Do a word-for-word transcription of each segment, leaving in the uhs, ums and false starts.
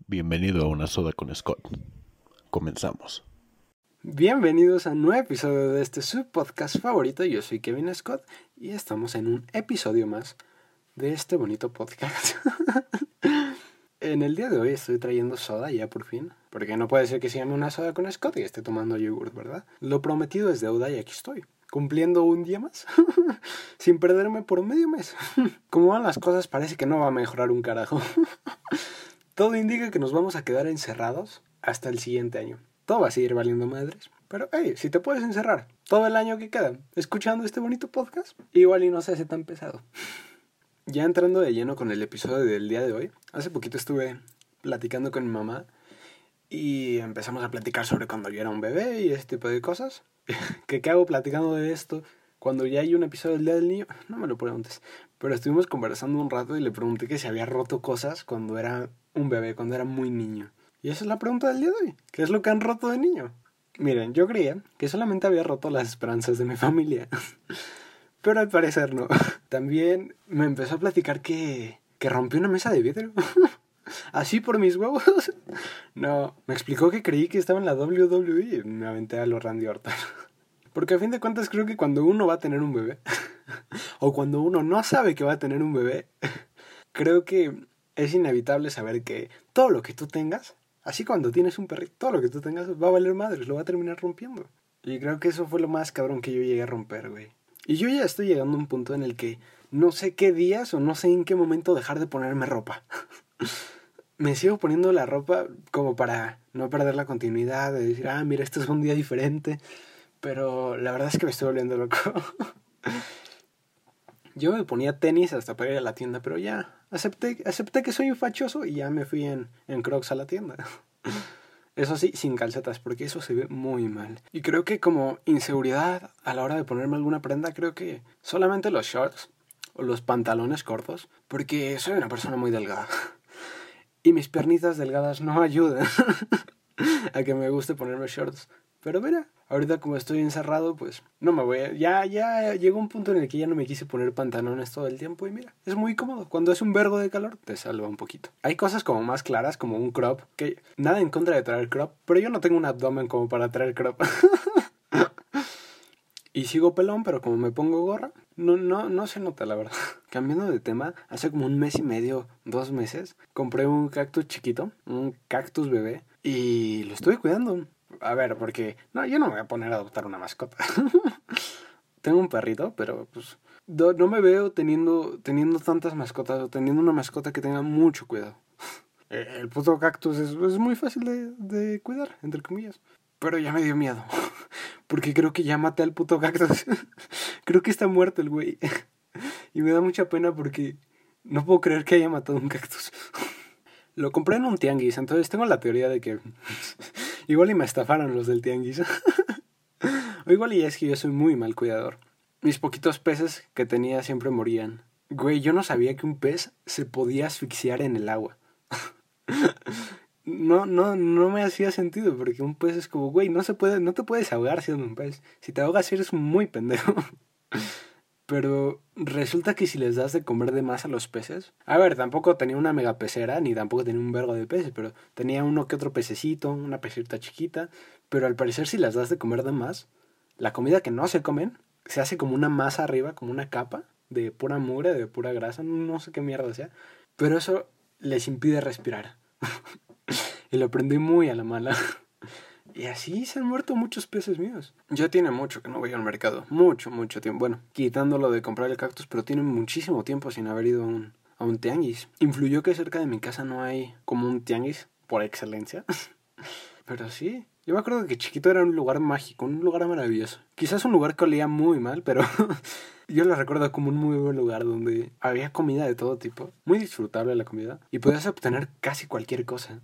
Bienvenido a Una Soda con Scott. Comenzamos. Bienvenidos a un nuevo episodio de este su podcast favorito. Yo soy Kevin Scott y estamos en un episodio más de este bonito podcast. En el día de hoy estoy trayendo soda ya por fin, porque no puede ser que se llame Una Soda con Scott y esté tomando yogurt, ¿verdad? Lo prometido es deuda y aquí estoy, cumpliendo un día más, sin perderme por medio mes. Como van las cosas parece que no va a mejorar un carajo. Todo indica que nos vamos a quedar encerrados hasta el siguiente año. Todo va a seguir valiendo madres. Pero, hey, si te puedes encerrar todo el año que queda escuchando este bonito podcast, igual y no se hace tan pesado. Ya entrando de lleno con el episodio del día de hoy, hace poquito estuve platicando con mi mamá y empezamos a platicar sobre cuando yo era un bebé y ese tipo de cosas. ¿Qué, qué hago platicando de esto cuando ya hay un episodio del Día del Niño? No me lo preguntes. Pero estuvimos conversando un rato y le pregunté que si había roto cosas cuando era un bebé, cuando era muy niño. Y esa es la pregunta del día de hoy. ¿Qué es lo que han roto de niño? Miren, yo creía que solamente había roto las esperanzas de mi familia. Pero al parecer no. También me empezó a platicar que, que rompió una mesa de vidrio. Así por mis huevos. No, me explicó que creí que estaba en la doble u doble u E y me aventé a los Randy Orton. Porque a fin de cuentas creo que cuando uno va a tener un bebé, o cuando uno no sabe que va a tener un bebé, creo que es inevitable saber que todo lo que tú tengas, así cuando tienes un perrito, todo lo que tú tengas va a valer madres, lo va a terminar rompiendo. Y creo que eso fue lo más cabrón que yo llegué a romper, güey. Y yo ya estoy llegando a un punto en el que no sé qué días o no sé en qué momento dejar de ponerme ropa. Me sigo poniendo la ropa como para no perder la continuidad, de decir, ah, mira, este es un día diferente. Pero la verdad es que me estoy volviendo loco. Yo me ponía tenis hasta para ir a la tienda, pero ya acepté, acepté que soy un fachoso y ya me fui en, en Crocs a la tienda. Eso sí, sin calcetas, porque eso se ve muy mal. Y creo que como inseguridad a la hora de ponerme alguna prenda, creo que solamente los shorts o los pantalones cortos, porque soy una persona muy delgada. Y mis piernitas delgadas no ayudan a que me guste ponerme shorts. Pero mira, ahorita como estoy encerrado, pues no me voy a... Ya, ya llegó un punto en el que ya no me quise poner pantalones todo el tiempo y mira, es muy cómodo. Cuando es un vergo de calor, te salva un poquito. Hay cosas como más claras, como un crop, que nada en contra de traer crop, pero yo no tengo un abdomen como para traer crop. Y sigo pelón, pero como me pongo gorra, no, no, no se nota, la verdad. Cambiando de tema, hace como un mes y medio, dos meses, compré un cactus chiquito, un cactus bebé, y lo estuve cuidando. A ver, porque no, yo no me voy a poner a adoptar una mascota. Tengo un perrito, pero pues no, no me veo teniendo, teniendo tantas mascotas o teniendo una mascota que tenga mucho cuidado. El puto cactus es, es muy fácil de, de cuidar, entre comillas. Pero ya me dio miedo. Porque creo que ya maté al puto cactus. Creo que está muerto el güey. Y me da mucha pena porque no puedo creer que haya matado un cactus. Lo compré en un tianguis, entonces tengo la teoría de que igual y me estafaron los del tianguis. O igual y es que yo soy muy mal cuidador. Mis poquitos peces que tenía siempre morían. Güey, yo no sabía que un pez se podía asfixiar en el agua. No, no, no me hacía sentido, porque un pez es como, güey, no se puede, no te puedes ahogar siendo un pez. Si te ahogas eres muy pendejo. Pero resulta que si les das de comer de más a los peces... A ver, tampoco tenía una mega pecera, ni tampoco tenía un vergo de peces, pero tenía uno que otro pececito, una pecita chiquita. Pero al parecer si les das de comer de más, la comida que no se comen, se hace como una masa arriba, como una capa de pura mugre, de pura grasa, no sé qué mierda sea. Pero eso les impide respirar. Y lo aprendí muy a la mala. Y así se han muerto muchos peces míos. Ya tiene mucho que no voy al mercado. Mucho, mucho tiempo. Bueno, quitándolo de comprar el cactus, pero tiene muchísimo tiempo sin haber ido a un, a un tianguis. Influyó que cerca de mi casa no hay como un tianguis por excelencia. Pero sí, yo me acuerdo que chiquito era un lugar mágico, un lugar maravilloso. Quizás un lugar que olía muy mal, pero yo lo recuerdo como un muy buen lugar donde había comida de todo tipo. Muy disfrutable la comida. Y podías obtener casi cualquier cosa.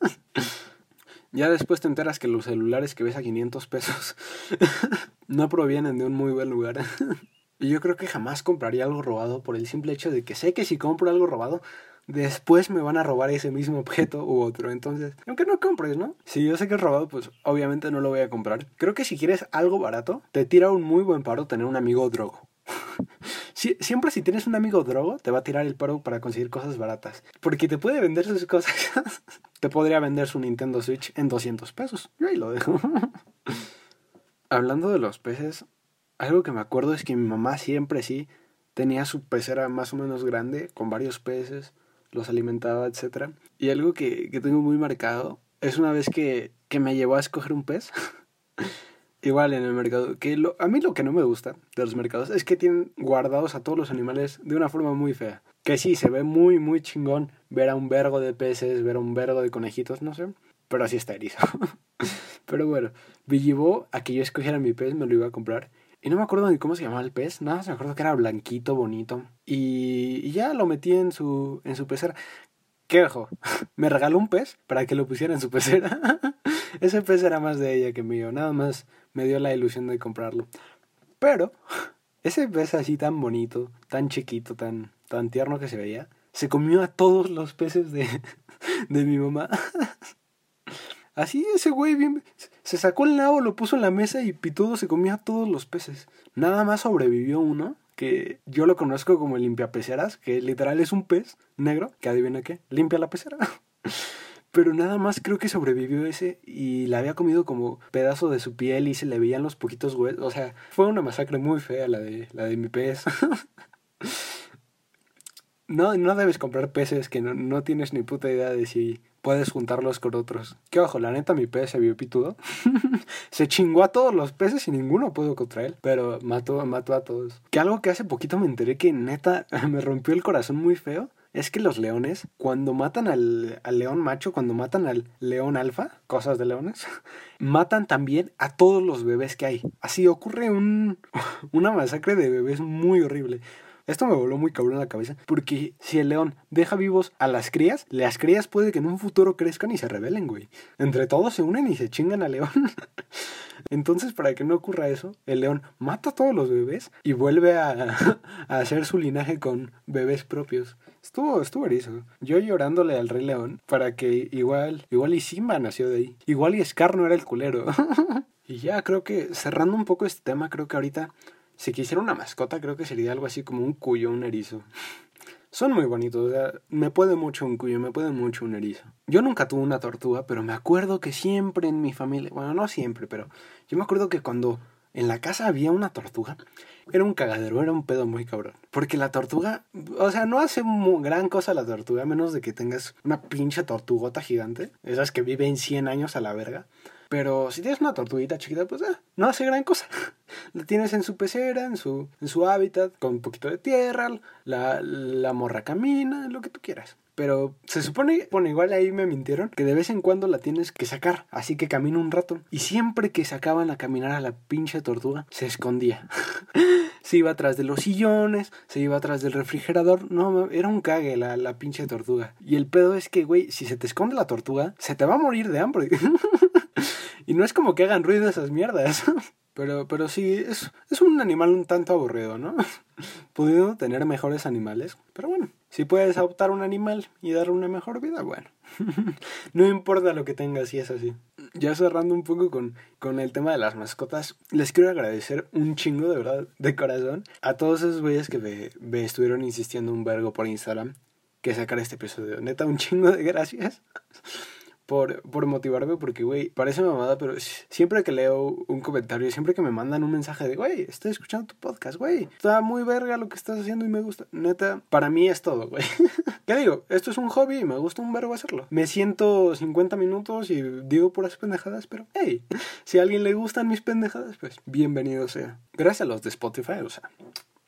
Ya después te enteras que los celulares que ves a quinientos pesos no provienen de un muy buen lugar. Y yo creo que jamás compraría algo robado por el simple hecho de que sé que si compro algo robado, después me van a robar ese mismo objeto u otro. Entonces, aunque no compres, ¿no? Si yo sé que es robado, pues obviamente no lo voy a comprar. Creo que si quieres algo barato, te tira un muy buen paro tener un amigo drogo. Si, siempre si tienes un amigo drogo, te va a tirar el paro para conseguir cosas baratas. Porque te puede vender sus cosas te podría vender su Nintendo Switch en doscientos pesos. Yo ahí lo dejo. Hablando de los peces, algo que me acuerdo es que mi mamá siempre sí tenía su pecera más o menos grande, con varios peces, los alimentaba, etcétera. Y algo que, que tengo muy marcado es una vez que, que me llevó a escoger un pez. Igual en el mercado, que lo, a mí lo que no me gusta de los mercados es que tienen guardados a todos los animales de una forma muy fea. Que sí, se ve muy, muy chingón ver a un vergo de peces, ver a un vergo de conejitos, no sé, pero así está erizo. Pero bueno, me llevó a que yo escogiera mi pez, me lo iba a comprar. Y no me acuerdo ni cómo se llamaba el pez, nada más me acuerdo que era blanquito, bonito. Y, y ya lo metí en su, en su pecera. ¿Qué ojo? Me regaló un pez para que lo pusiera en su pecera. Ese pez era más de ella que mío, nada más me dio la ilusión de comprarlo. Pero ese pez así tan bonito, tan chiquito, tan, tan tierno que se veía, se comió a todos los peces de, de mi mamá. Así ese güey bien, se sacó el nabo, lo puso en la mesa y pitudo se comió a todos los peces. Nada más sobrevivió uno, que yo lo conozco como el limpiapeceras, que literal es un pez negro, que adivina qué, limpia la pecera. Pero nada más creo que sobrevivió ese y le había comido como pedazo de su piel y se le veían los poquitos huesos. O sea, fue una masacre muy fea la de, la de mi pez. No, no debes comprar peces que no, no tienes ni puta idea de si puedes juntarlos con otros. Que ojo, la neta mi pez se vio pitudo. Se chingó a todos los peces y ninguno pudo contra él. Pero mató, mató a todos. Que algo que hace poquito me enteré que neta me rompió el corazón muy feo. Es que los leones, cuando matan al, al león macho, cuando matan al león alfa, cosas de leones, matan también a todos los bebés que hay. Así ocurre un, una masacre de bebés muy horrible. Esto me voló muy cabrón la cabeza, porque si el león deja vivos a las crías, las crías puede que en un futuro crezcan y se rebelen, güey. Entre todos se unen y se chingan al león. Entonces, para que no ocurra eso, el león mata a todos los bebés y vuelve a, a hacer su linaje con bebés propios. Estuvo, estuvo erizo. Yo llorándole al Rey León para que igual, igual y Simba nació de ahí. Igual y Scar no era el culero. Y ya creo que, cerrando un poco este tema, creo que ahorita, si quisiera una mascota, creo que sería algo así como un cuyo, un erizo. Son muy bonitos, o sea, me puede mucho un cuyo, me puede mucho un erizo. Yo nunca tuve una tortuga, pero me acuerdo que siempre en mi familia, bueno, no siempre, pero yo me acuerdo que cuando en la casa había una tortuga, era un cagadero, era un pedo muy cabrón. Porque la tortuga, o sea, no hace muy gran cosa la tortuga, a menos de que tengas una pinche tortugota gigante, esas que viven cien años a la verga. Pero si tienes una tortuguita chiquita, pues eh, no hace gran cosa. La tienes en su pecera, en su, en su hábitat, con un poquito de tierra, la, la morra camina, lo que tú quieras. Pero se supone, bueno, igual ahí me mintieron, que de vez en cuando la tienes que sacar, así que camina un rato. Y siempre que sacaban a caminar a la pinche tortuga, se escondía. Se iba atrás de los sillones, se iba atrás del refrigerador. No, era un cague la, la pinche tortuga. Y el pedo es que, güey, si se te esconde la tortuga, se te va a morir de hambre. Y no es como que hagan ruido esas mierdas. Pero, pero sí, es, es un animal un tanto aburrido, ¿no? Pudiendo tener mejores animales. Pero bueno, si puedes adoptar un animal y darle una mejor vida, bueno. No importa lo que tengas si es así. Ya cerrando un poco con, con el tema de las mascotas, les quiero agradecer un chingo, de verdad, de corazón, a todos esos güeyes que me, me estuvieron insistiendo un vergo por Instagram que sacar este episodio. Neta, un chingo de gracias. Por, por motivarme, porque, güey, parece mamada, pero siempre que leo un comentario, siempre que me mandan un mensaje de, güey, estoy escuchando tu podcast, güey, está muy verga lo que estás haciendo y me gusta. Neta, para mí es todo, güey. ¿Qué digo? Esto es un hobby y me gusta un vergo hacerlo. Me siento cincuenta minutos y digo puras pendejadas, pero, hey, si a alguien le gustan mis pendejadas, pues, bienvenido sea. Gracias a los de Spotify, o sea...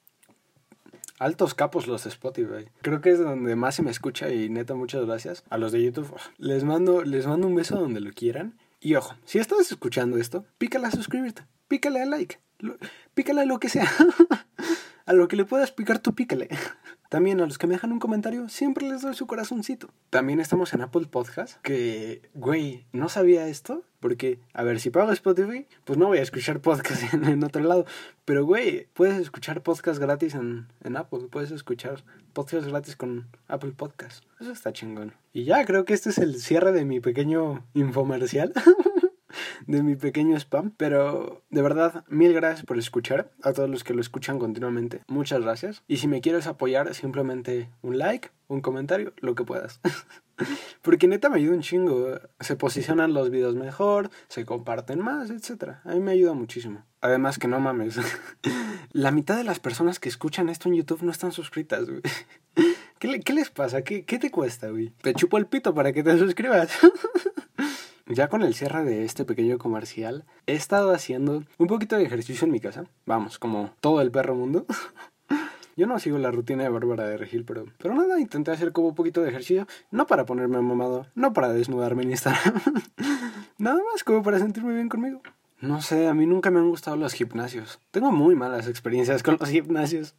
Altos capos los de Spotify. Creo que es donde más se me escucha y neta, muchas gracias. A los de YouTube, les mando, les mando un beso donde lo quieran. Y ojo, si estás escuchando esto, pícale a suscribirte, pícale a like, lo, pícale a lo que sea. A lo que le puedas picar tú, pícale. También a los que me dejan un comentario, siempre les doy su corazoncito. También estamos en Apple Podcast, que, güey, no sabía esto, porque, a ver, si pago Spotify, pues no voy a escuchar podcast en, en otro lado. Pero, güey, puedes escuchar podcast gratis en, en Apple, puedes escuchar podcast gratis con Apple Podcast. Eso está chingón. Y ya, creo que este es el cierre de mi pequeño infomercial. de mi pequeño spam. Pero de verdad, mil gracias por escuchar. A todos los que lo escuchan continuamente, muchas gracias. Y si me quieres apoyar, simplemente un like, un comentario, lo que puedas. Porque neta me ayuda un chingo. Se posicionan los videos mejor, se comparten más, etcétera. A mí me ayuda muchísimo. Además que no mames, la mitad de las personas que escuchan esto en YouTube no están suscritas, güey. ¿Qué, le, ¿Qué les pasa? ¿Qué, ¿Qué te cuesta, güey? Te chupo el pito para que te suscribas. Ya con el cierre de este pequeño comercial, he estado haciendo un poquito de ejercicio en mi casa. Vamos, como todo el perro mundo. Yo no sigo la rutina de Bárbara de Regil, pero, pero nada, intenté hacer como un poquito de ejercicio. No para ponerme mamado, no para desnudarme en Instagram. Nada más como para sentirme bien conmigo. No sé, a mí nunca me han gustado los gimnasios. Tengo muy malas experiencias con los gimnasios.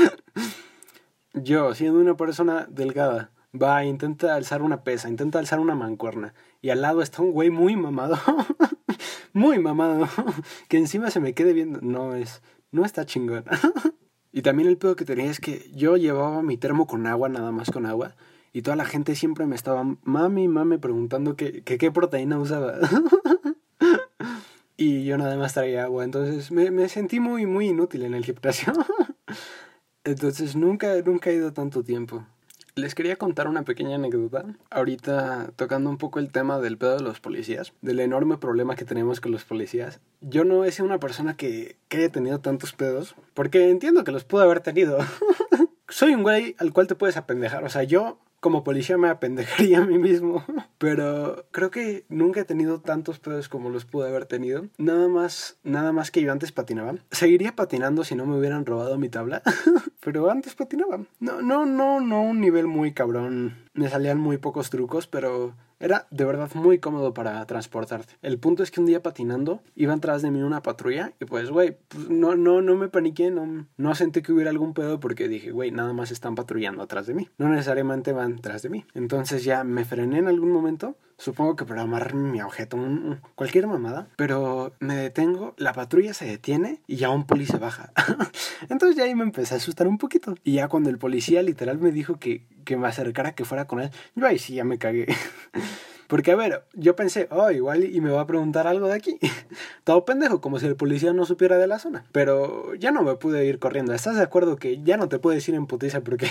Yo, siendo una persona delgada, va, intenta alzar una pesa, intenta alzar una mancuerna. Y al lado está un güey muy mamado. Muy mamado. Que encima se me quede viendo. No es, no está chingón. Y también el pedo que tenía es que yo llevaba mi termo con agua, nada más con agua. Y toda la gente siempre me estaba, mami, mami, preguntando que, que qué proteína usaba. Y yo nada más traía agua. Entonces me, me sentí muy, muy inútil en el gimnasio. Entonces nunca, nunca he ido tanto tiempo. Les quería contar una pequeña anécdota. Ahorita tocando un poco el tema del pedo de los policías. Del enorme problema que tenemos con los policías. Yo no he sido una persona que, que haya tenido tantos pedos. Porque entiendo que los pude haber tenido. Soy un güey al cual te puedes apendejar. O sea, yo como policía me apendejaría a mí mismo. Pero creo que nunca he tenido tantos pedos como los pude haber tenido. Nada más, nada más que yo antes patinaba. Seguiría patinando si no me hubieran robado mi tabla. Pero antes patinaba. No, no, no, no un nivel muy cabrón. Me salían muy pocos trucos, pero era de verdad muy cómodo para transportarte. El punto es que un día patinando, iba atrás de mí una patrulla y pues, güey, pues, no, no, no me paniqué, no, no sentí que hubiera algún pedo porque dije, güey, nada más están patrullando atrás de mí. No necesariamente van atrás de mí. Entonces ya me frené en algún momento. Supongo que para amarrarme mi objeto, un, un, cualquier mamada. Pero me detengo, la patrulla se detiene y ya un policía se baja. Entonces ya ahí me empecé a asustar un poquito. Y ya cuando el policía literal me dijo que, que me acercara, que fuera con él, yo ahí sí ya me cagué. Porque a ver, yo pensé, oh, igual y me va a preguntar algo de aquí. Todo pendejo, como si el policía no supiera de la zona. Pero ya no me pude ir corriendo. ¿Estás de acuerdo que ya no te puedes ir en putiza porque...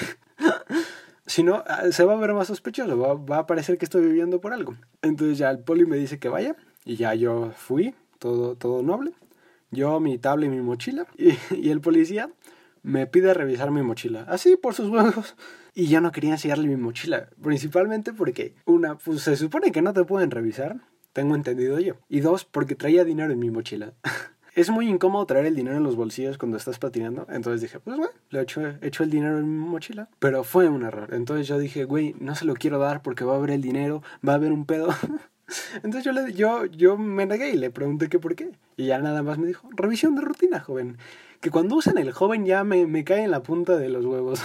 Si no, se va a ver más sospechoso, va, va a parecer que estoy viviendo por algo. Entonces ya el poli me dice que vaya, y ya yo fui, todo, todo noble. Yo, mi tabla y mi mochila, y, y el policía me pide revisar mi mochila, así por sus huevos. Y yo no quería enseñarle mi mochila, principalmente porque, una, pues se supone que no te pueden revisar, tengo entendido yo. Y dos, porque traía dinero en mi mochila. Es muy incómodo traer el dinero en los bolsillos cuando estás patinando. Entonces dije, pues bueno, le echo, echo el dinero en mi mochila. Pero fue un error. Entonces yo dije, güey, no se lo quiero dar porque va a haber el dinero, va a haber un pedo. Entonces yo, le, yo, yo me negué y le pregunté que por qué. Y ya nada más me dijo, revisión de rutina, joven. Que cuando usan el joven ya me, me cae en la punta de los huevos.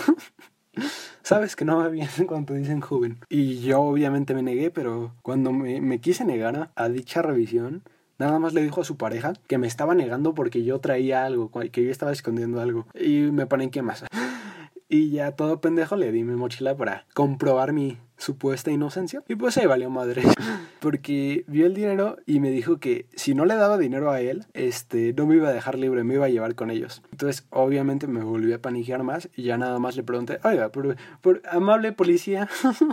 Sabes que no va bien cuando dicen joven. Y yo obviamente me negué, pero cuando me, me quise negar a dicha revisión... Nada más le dijo a su pareja que me estaba negando porque yo traía algo, que yo estaba escondiendo algo. Y me paniqué más. Y ya todo pendejo le di mi mochila para comprobar mi supuesta inocencia. Y pues ahí valió madre. Porque vio el dinero y me dijo que si no le daba dinero a él, este, no me iba a dejar libre, me iba a llevar con ellos. Entonces obviamente me volví a paniquear más y ya nada más le pregunté, oiga, por, por amable policía...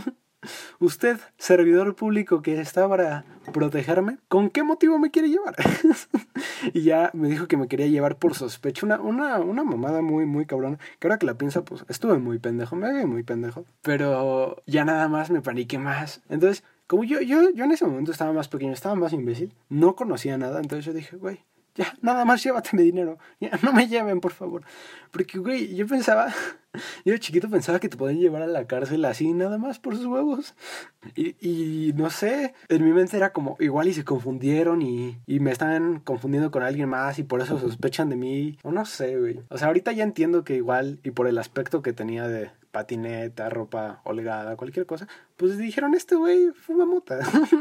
Usted, servidor público que está para protegerme, ¿con qué motivo me quiere llevar? Y ya me dijo que me quería llevar por sospecha. Una, una, una mamada muy, muy cabrona. Que ahora que la pienso, pues estuve muy pendejo, me vi muy pendejo. Pero ya nada más me paniqué más. Entonces, como yo, yo, yo en ese momento estaba más pequeño, estaba más imbécil, no conocía nada. Entonces yo dije, güey, ya, nada más llévate mi dinero. Ya, no me lleven, por favor. Porque, güey, yo pensaba... Yo de chiquito pensaba que te podían llevar a la cárcel así, nada más por sus huevos. Y, y no sé, en mi mente era como, igual y se confundieron y, y me están confundiendo con alguien más y por eso sospechan de mí. O no sé, güey. O sea, ahorita ya entiendo que igual, y por el aspecto que tenía de patineta, ropa holgada, cualquier cosa, pues dijeron, este güey fuma mota.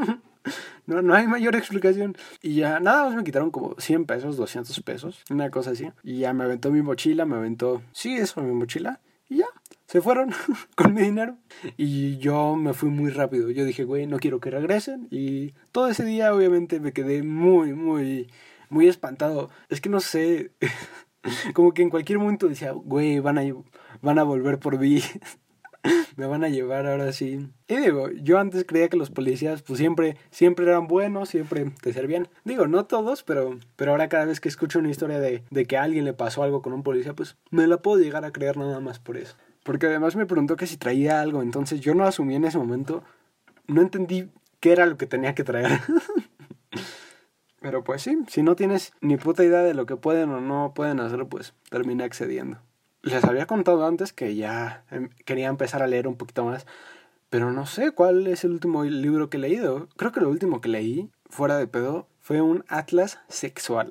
No, no hay mayor explicación. Y ya nada más me quitaron como cien pesos, doscientos pesos, una cosa así. Y ya me aventó mi mochila, me aventó, sí, eso, mi mochila. Y ya, se fueron con mi dinero y yo me fui muy rápido. Yo dije, güey, no quiero que regresen. Y todo ese día obviamente me quedé muy, muy, muy espantado. Es que no sé, como que en cualquier momento decía, güey, van a, van a volver por mí. Me van a llevar ahora sí. Y digo, yo antes creía que los policías pues siempre, siempre eran buenos, siempre te servían. Digo, no todos, pero, pero ahora cada vez que escucho una historia de, de que a alguien le pasó algo con un policía, pues me la puedo llegar a creer nada más por eso. Porque además me preguntó que si traía algo, entonces yo no asumí en ese momento, no entendí qué era lo que tenía que traer. Pero pues sí, si no tienes ni puta idea de lo que pueden o no pueden hacer, pues terminé accediendo. Les había contado antes que ya quería empezar a leer un poquito más, pero no sé cuál es el último libro que he leído. Creo que lo último que leí, fuera de pedo, fue un atlas sexual.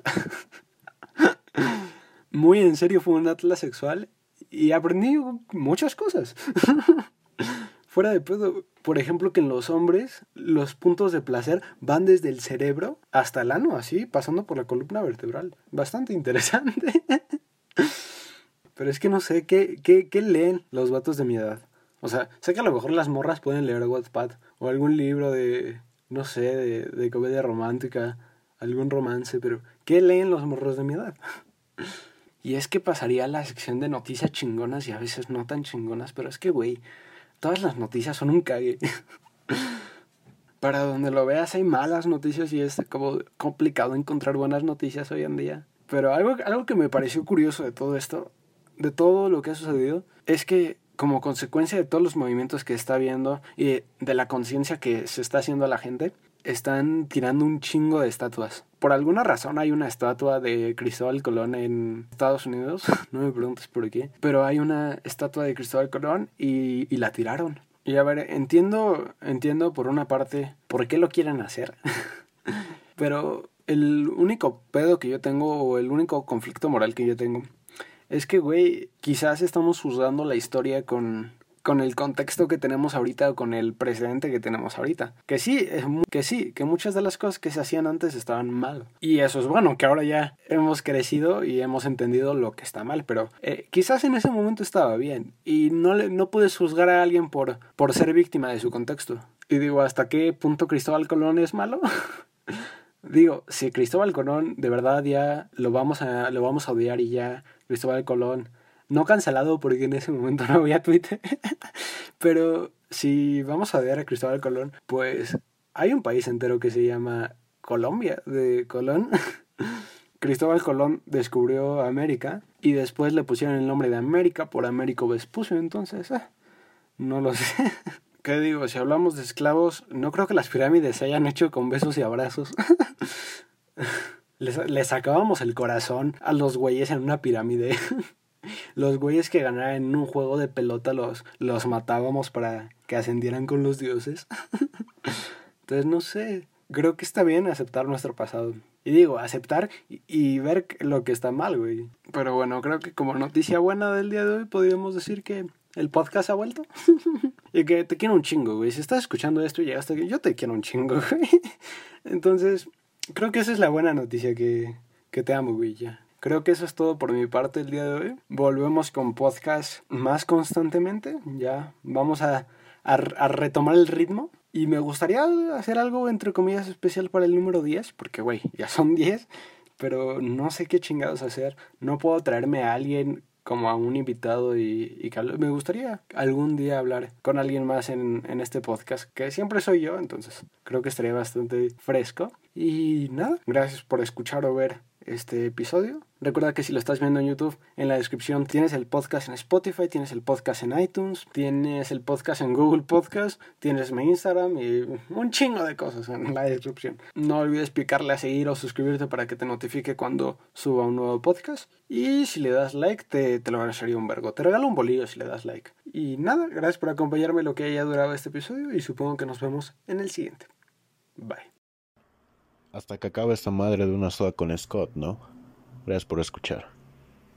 Muy en serio, fue un atlas sexual y aprendí muchas cosas. Fuera de pedo, por ejemplo, que en los hombres los puntos de placer van desde el cerebro hasta el ano, así, pasando por la columna vertebral. Bastante interesante. Pero es que no sé, ¿qué, qué, qué leen los vatos de mi edad? O sea, sé que a lo mejor las morras pueden leer Wattpad o algún libro de, no sé, de, de comedia romántica, algún romance, pero ¿qué leen los morros de mi edad? Y es que pasaría a la sección de noticias chingonas y a veces no tan chingonas, pero es que, güey, todas las noticias son un cague. Para donde lo veas hay malas noticias y es como complicado encontrar buenas noticias hoy en día. Pero algo, algo que me pareció curioso de todo esto, de todo lo que ha sucedido, es que como consecuencia de todos los movimientos que está habiendo y de la conciencia que se está haciendo a la gente, están tirando un chingo de estatuas. Por alguna razón hay una estatua de Cristóbal Colón en Estados Unidos, no me preguntes por qué, pero hay una estatua de Cristóbal Colón y, y la tiraron. Y a ver, entiendo, entiendo por una parte por qué lo quieren hacer, pero el único pedo que yo tengo o el único conflicto moral que yo tengo es que, güey, quizás estamos juzgando la historia con, con el contexto que tenemos ahorita o con el precedente que tenemos ahorita. Que sí, que sí, que muchas de las cosas que se hacían antes estaban mal. Y eso es bueno, que ahora ya hemos crecido y hemos entendido lo que está mal. Pero eh, quizás en ese momento estaba bien. Y no, le, no puedes juzgar a alguien por, por ser víctima de su contexto. Y digo, ¿hasta qué punto Cristóbal Colón es malo? Digo, si Cristóbal Colón de verdad ya lo vamos a, lo vamos a odiar y ya Cristóbal Colón, no cancelado porque en ese momento no había Twitter, pero si vamos a odiar a Cristóbal Colón, pues hay un país entero que se llama Colombia, de Colón. Cristóbal Colón descubrió América y después le pusieron el nombre de América por Américo Vespucio, entonces, eh, no lo sé. ¿Qué digo? Si hablamos de esclavos, no creo que las pirámides se hayan hecho con besos y abrazos. les, les sacábamos el corazón a los güeyes en una pirámide. Los güeyes que ganaran en un juego de pelota los, los matábamos para que ascendieran con los dioses. Entonces, no sé, creo que está bien aceptar nuestro pasado. Y digo, aceptar y, y ver lo que está mal, güey. Pero bueno, creo que como noticia buena del día de hoy podríamos decir que el podcast ha vuelto. Y que te quiero un chingo, güey. Si estás escuchando esto y llegaste aquí, yo te quiero un chingo, güey. Entonces, creo que esa es la buena noticia, que, que te amo, güey, ya. Creo que eso es todo por mi parte el día de hoy. Volvemos con podcast más constantemente. Ya vamos a, a, a retomar el ritmo. Y me gustaría hacer algo, entre comillas, especial para el número diez. Porque, güey, ya son diez. Pero no sé qué chingados hacer. No puedo traerme a alguien como a un invitado y, y me gustaría algún día hablar con alguien más en, en este podcast, que siempre soy yo, entonces creo que estaría bastante fresco. Y nada, gracias por escuchar o ver este episodio. Recuerda que si lo estás viendo en YouTube, en la descripción tienes el podcast en Spotify, tienes el podcast en iTunes, tienes el podcast en Google Podcast, tienes mi Instagram y un chingo de cosas en la descripción. No olvides picarle a seguir o suscribirte para que te notifique cuando suba un nuevo podcast. Y si le das like, te, te lo agradecería un vergo. Te regalo un bolillo si le das like. Y nada, gracias por acompañarme lo que haya durado este episodio y supongo que nos vemos en el siguiente. Bye. Hasta que acabe esta madre de una soda con Scott, ¿no? Gracias por escuchar.